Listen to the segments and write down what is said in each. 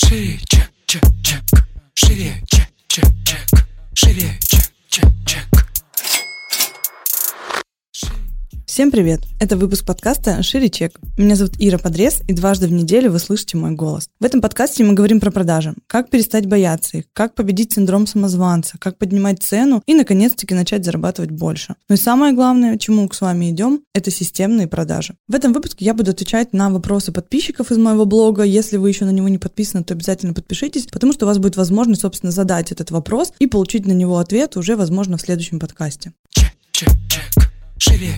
Шире, чек, чек, чек. Шире, чек, чек, чек. Шире, чек, чек, чек. Всем привет! Это выпуск подкаста «Шире чек». Меня зовут Ира Подрез, и дважды в неделю вы слышите мой голос. В этом подкасте мы говорим про продажи, как перестать бояться их, как победить синдром самозванца, как поднимать цену и, наконец-таки, начать зарабатывать больше. Ну и самое главное, чему с вами идем, это системные продажи. В этом выпуске я буду отвечать на вопросы подписчиков из моего блога. Если вы еще на него не подписаны, то обязательно подпишитесь, потому что у вас будет возможность, собственно, задать этот вопрос и получить на него ответ уже, возможно, в следующем подкасте. Чек, чек, чек. Шире.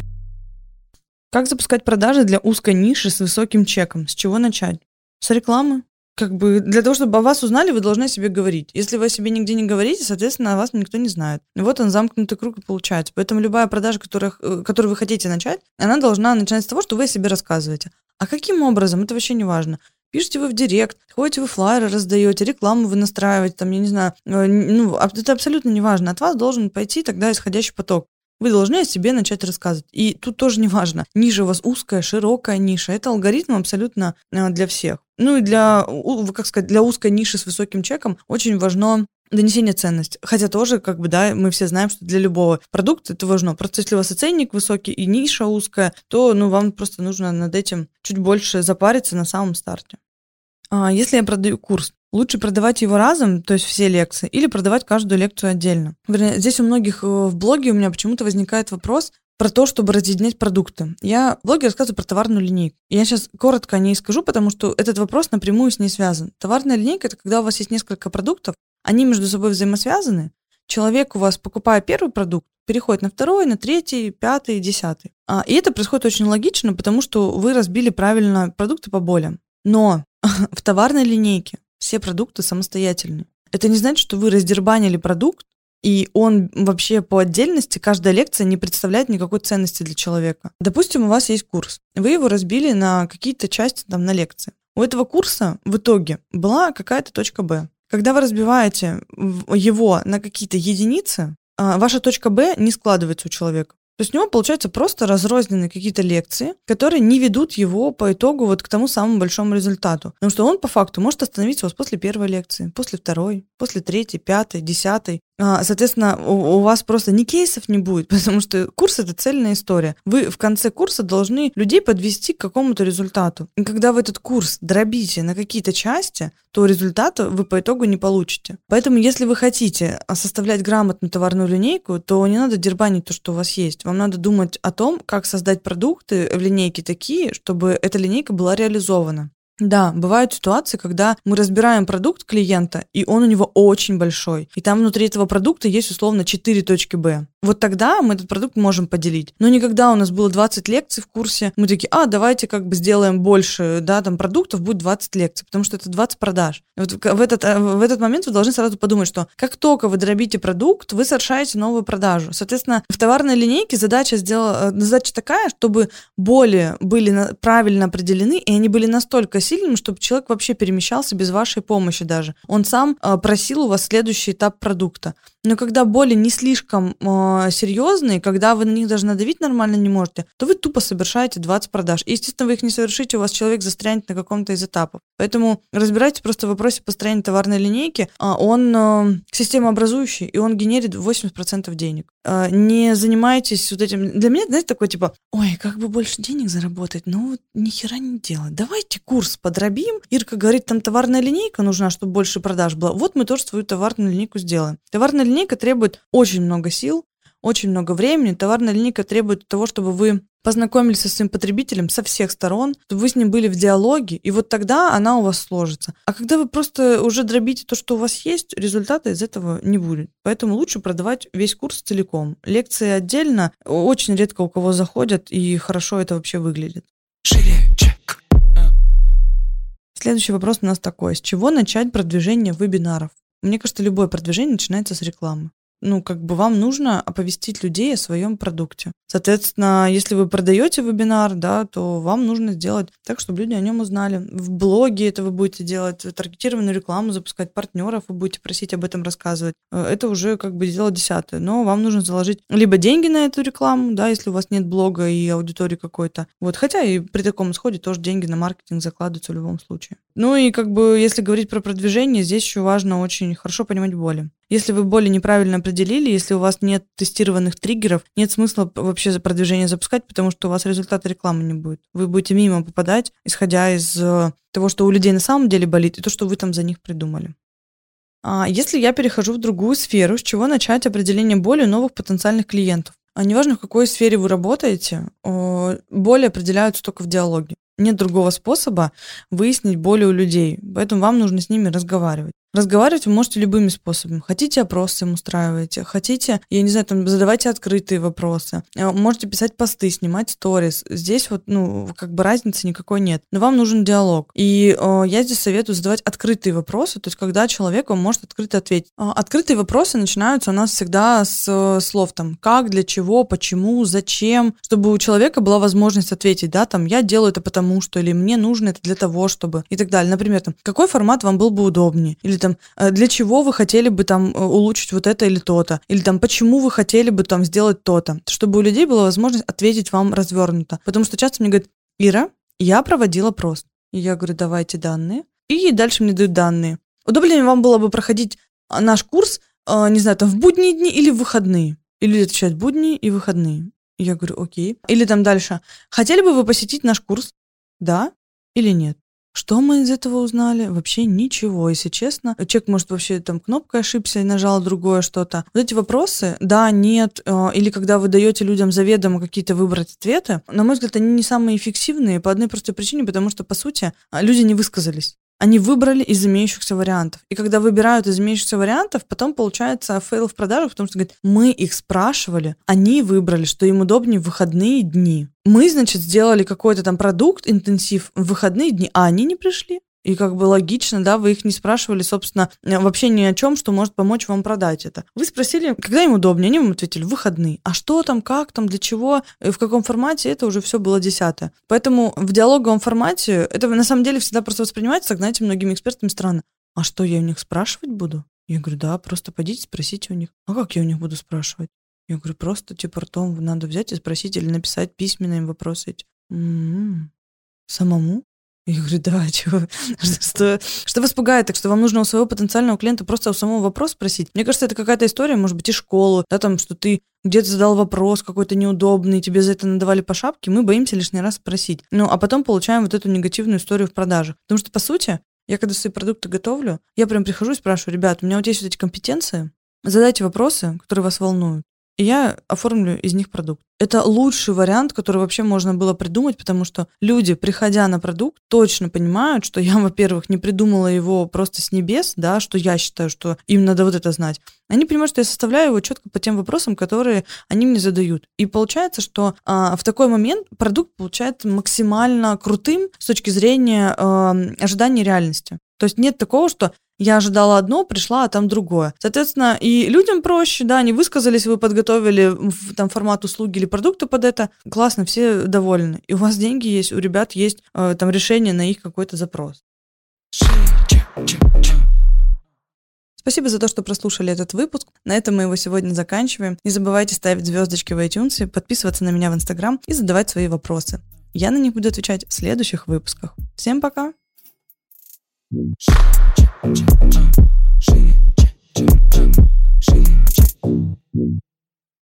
Как запускать продажи для узкой ниши с высоким чеком? С чего начать? С рекламы. Для того, чтобы о вас узнали, вы должны о себе говорить. Если вы о себе нигде не говорите, соответственно, о вас никто не знает. И вот он, замкнутый круг и получается. Поэтому любая продажа, которую вы хотите начать, она должна начинать с того, что вы о себе рассказываете. А каким образом? Это вообще не важно. Пишите вы в директ, ходите вы флайеры раздаете, рекламу вы настраиваете, там, я не знаю, это абсолютно не важно. От вас должен пойти тогда исходящий поток. Вы должны о себе начать рассказывать. И тут тоже не важно, ниша у вас узкая, широкая ниша. Это алгоритм абсолютно для всех. Ну и для узкой ниши с высоким чеком очень важно донесение ценности. Хотя тоже, мы все знаем, что для любого продукта это важно. Просто если у вас и ценник высокий, и ниша узкая, то вам просто нужно над этим чуть больше запариться на самом старте. Если я продаю курс, лучше продавать его разом, то есть все лекции, или продавать каждую лекцию отдельно. Здесь у многих в блоге у меня почему-то возникает вопрос про то, чтобы разъединять продукты. Я в блоге рассказываю про товарную линейку. Я сейчас коротко о ней скажу, потому что этот вопрос напрямую с ней связан. Товарная линейка – это когда у вас есть несколько продуктов, они между собой взаимосвязаны. Человек у вас, покупая первый продукт, переходит на второй, на третий, пятый, 10. И это происходит очень логично, потому что вы разбили правильно продукты по болям. Но в товарной линейке все продукты самостоятельны. Это не значит, что вы раздербанили продукт, и он вообще по отдельности, каждая лекция не представляет никакой ценности для человека. Допустим, у вас есть курс. Вы его разбили на какие-то части, на лекции. У этого курса в итоге была какая-то точка Б. Когда вы разбиваете его на какие-то единицы, ваша точка Б не складывается у человека. То есть у него, получается, просто разрозненные какие-то лекции, которые не ведут его по итогу к тому самому большому результату. Потому что он, по факту, может остановиться у вас после первой лекции, после второй, после третьей, пятой, 10. Соответственно, у вас просто ни кейсов не будет, потому что курс – это цельная история. Вы в конце курса должны людей подвести к какому-то результату. И когда вы этот курс дробите на какие-то части, то результата вы по итогу не получите. Поэтому, если вы хотите составлять грамотную товарную линейку, то не надо дербанить то, что у вас есть. Вам надо думать о том, как создать продукты в линейке такие, чтобы эта линейка была реализована. Да, бывают ситуации, когда мы разбираем продукт клиента, и он у него очень большой. И там внутри этого продукта есть условно 4 точки Б. Вот тогда мы этот продукт можем поделить. Но не когда у нас было 20 лекций в курсе, мы такие, давайте сделаем больше, продуктов, будет 20 лекций, потому что это 20 продаж. Вот в этот момент вы должны сразу подумать, что как только вы дробите продукт, вы совершаете новую продажу. Соответственно, в товарной линейке задача такая, чтобы боли были правильно определены, и они были настолько сильными, чтобы человек вообще перемещался без вашей помощи даже. Он сам просил у вас следующий этап продукта. Но когда боли не слишком серьезные, когда вы на них даже надавить нормально не можете, то вы тупо совершаете 20 продаж. И, естественно, вы их не совершите, у вас человек застрянет на каком-то из этапов. Поэтому разбирайтесь просто в вопросе построения товарной линейки. Он системообразующий, и он генерит 80% денег. Не занимайтесь этим. Для меня, знаете, такое как бы больше денег заработать, но ни хера не делать. Давайте курс подробим. Ирка говорит, там товарная линейка нужна, чтобы больше продаж было. Вот мы тоже свою товарную линейку сделаем. Товарная линейка требует очень много сил, очень много времени. Товарная линейка требует того, чтобы вы познакомились со своим потребителем со всех сторон, чтобы вы с ним были в диалоге, и вот тогда она у вас сложится. А когда вы просто уже дробите то, что у вас есть, результата из этого не будет. Поэтому лучше продавать весь курс целиком. Лекции отдельно очень редко у кого заходят, и хорошо это вообще выглядит. Шире, чек. Следующий вопрос у нас такой. С чего начать продвижение вебинаров? Мне кажется, любое продвижение начинается с рекламы. вам нужно оповестить людей о своем продукте. Соответственно, если вы продаете вебинар, да, то вам нужно сделать так, чтобы люди о нем узнали. В блоге это вы будете делать, таргетированную рекламу запускать, партнеров вы будете просить об этом рассказывать. Это уже дело 10-е. Но вам нужно заложить либо деньги на эту рекламу, да, если у вас нет блога и аудитории какой-то. Хотя и при таком исходе тоже деньги на маркетинг закладываются в любом случае. Если говорить про продвижение, здесь еще важно очень хорошо понимать боли. Если вы боли неправильно определили, если у вас нет тестированных триггеров, нет смысла вообще продвижение запускать, потому что у вас результата рекламы не будет. Вы будете мимо попадать, исходя из того, что у людей на самом деле болит, и то, что вы там за них придумали. Если я перехожу в другую сферу, с чего начать определение боли новых потенциальных клиентов? Неважно, в какой сфере вы работаете, боли определяются только в диалоге. Нет другого способа выяснить боли у людей, поэтому вам нужно с ними разговаривать. Разговаривать вы можете любыми способами. Хотите, опросы им устраиваете, хотите, задавайте открытые вопросы. Можете писать посты, снимать сторис. Здесь разницы никакой нет. Но вам нужен диалог. И я здесь советую задавать открытые вопросы, то есть когда человек вам может открыто ответить. Открытые вопросы начинаются у нас всегда с слов как, для чего, почему, зачем, чтобы у человека была возможность ответить, я делаю это потому что, или мне нужно это для того, чтобы, и так далее. Например, какой формат вам был бы удобнее, или для чего вы хотели бы улучшить вот это или то-то, или почему вы хотели бы сделать то-то, чтобы у людей была возможность ответить вам развернуто. Потому что часто мне говорят: Ира, я проводила опрос. И я говорю: давайте данные. И дальше мне дают данные. Удобнее вам было бы проходить наш курс, в будние дни или в выходные. Или люди отвечают: будние и выходные. И я говорю: окей. Или дальше: хотели бы вы посетить наш курс? Да или нет? Что мы из этого узнали? Вообще ничего, если честно. Человек, может, вообще кнопкой ошибся и нажал другое что-то. Вот эти вопросы, да, нет, или когда вы даете людям заведомо какие-то выбрать ответы, на мой взгляд, они не самые эффективные по одной простой причине, потому что, по сути, люди не высказались. Они выбрали из имеющихся вариантов. И когда выбирают из имеющихся вариантов, потом получается фейл в продажах, потому что говорят: мы их спрашивали, они выбрали, что им удобнее в выходные дни. Мы, сделали какой-то продукт, интенсив в выходные дни, а они не пришли. И логично, да, вы их не спрашивали, собственно, вообще ни о чем, что может помочь вам продать это. Вы спросили, когда им удобнее, они вам ответили: в выходные. А что как для чего, в каком формате, это уже все было 10-е. Поэтому в диалоговом формате это на самом деле всегда просто воспринимается, многими экспертами странно. А что, я у них спрашивать буду? Я говорю: да, просто пойдите спросите у них. А как я у них буду спрашивать? Я говорю: просто ртом надо взять и спросить или написать письменно им вопросы эти. Самому? Я говорю: да, чего? Что вас пугает? Так что вам нужно у своего потенциального клиента просто у самого вопрос спросить. Мне кажется, это какая-то история, может быть, и школу, да, что ты где-то задал вопрос какой-то неудобный, тебе за это надавали по шапке, мы боимся лишний раз спросить. А потом получаем вот эту негативную историю в продажах. Потому что, по сути, я когда свои продукты готовлю, я прям прихожу и спрашиваю: ребят, у меня есть вот эти компетенции, задайте вопросы, которые вас волнуют, и я оформлю из них продукт. Это лучший вариант, который вообще можно было придумать, потому что люди, приходя на продукт, точно понимают, что я, во-первых, не придумала его просто с небес, да, что я считаю, что им надо вот это знать. Они понимают, что я составляю его четко по тем вопросам, которые они мне задают. И получается, что в такой момент продукт получается максимально крутым с точки зрения ожидания реальности. То есть нет такого, что я ожидала одно, пришла, а там другое. Соответственно, и людям проще, да, они высказались, вы подготовили формат услуги или продукта под это. Классно, все довольны. И у вас деньги есть, у ребят есть решение на их какой-то запрос. Спасибо за то, что прослушали этот выпуск. На этом мы его сегодня заканчиваем. Не забывайте ставить звездочки в iTunes, подписываться на меня в Instagram и задавать свои вопросы. Я на них буду отвечать в следующих выпусках. Всем пока! Шире,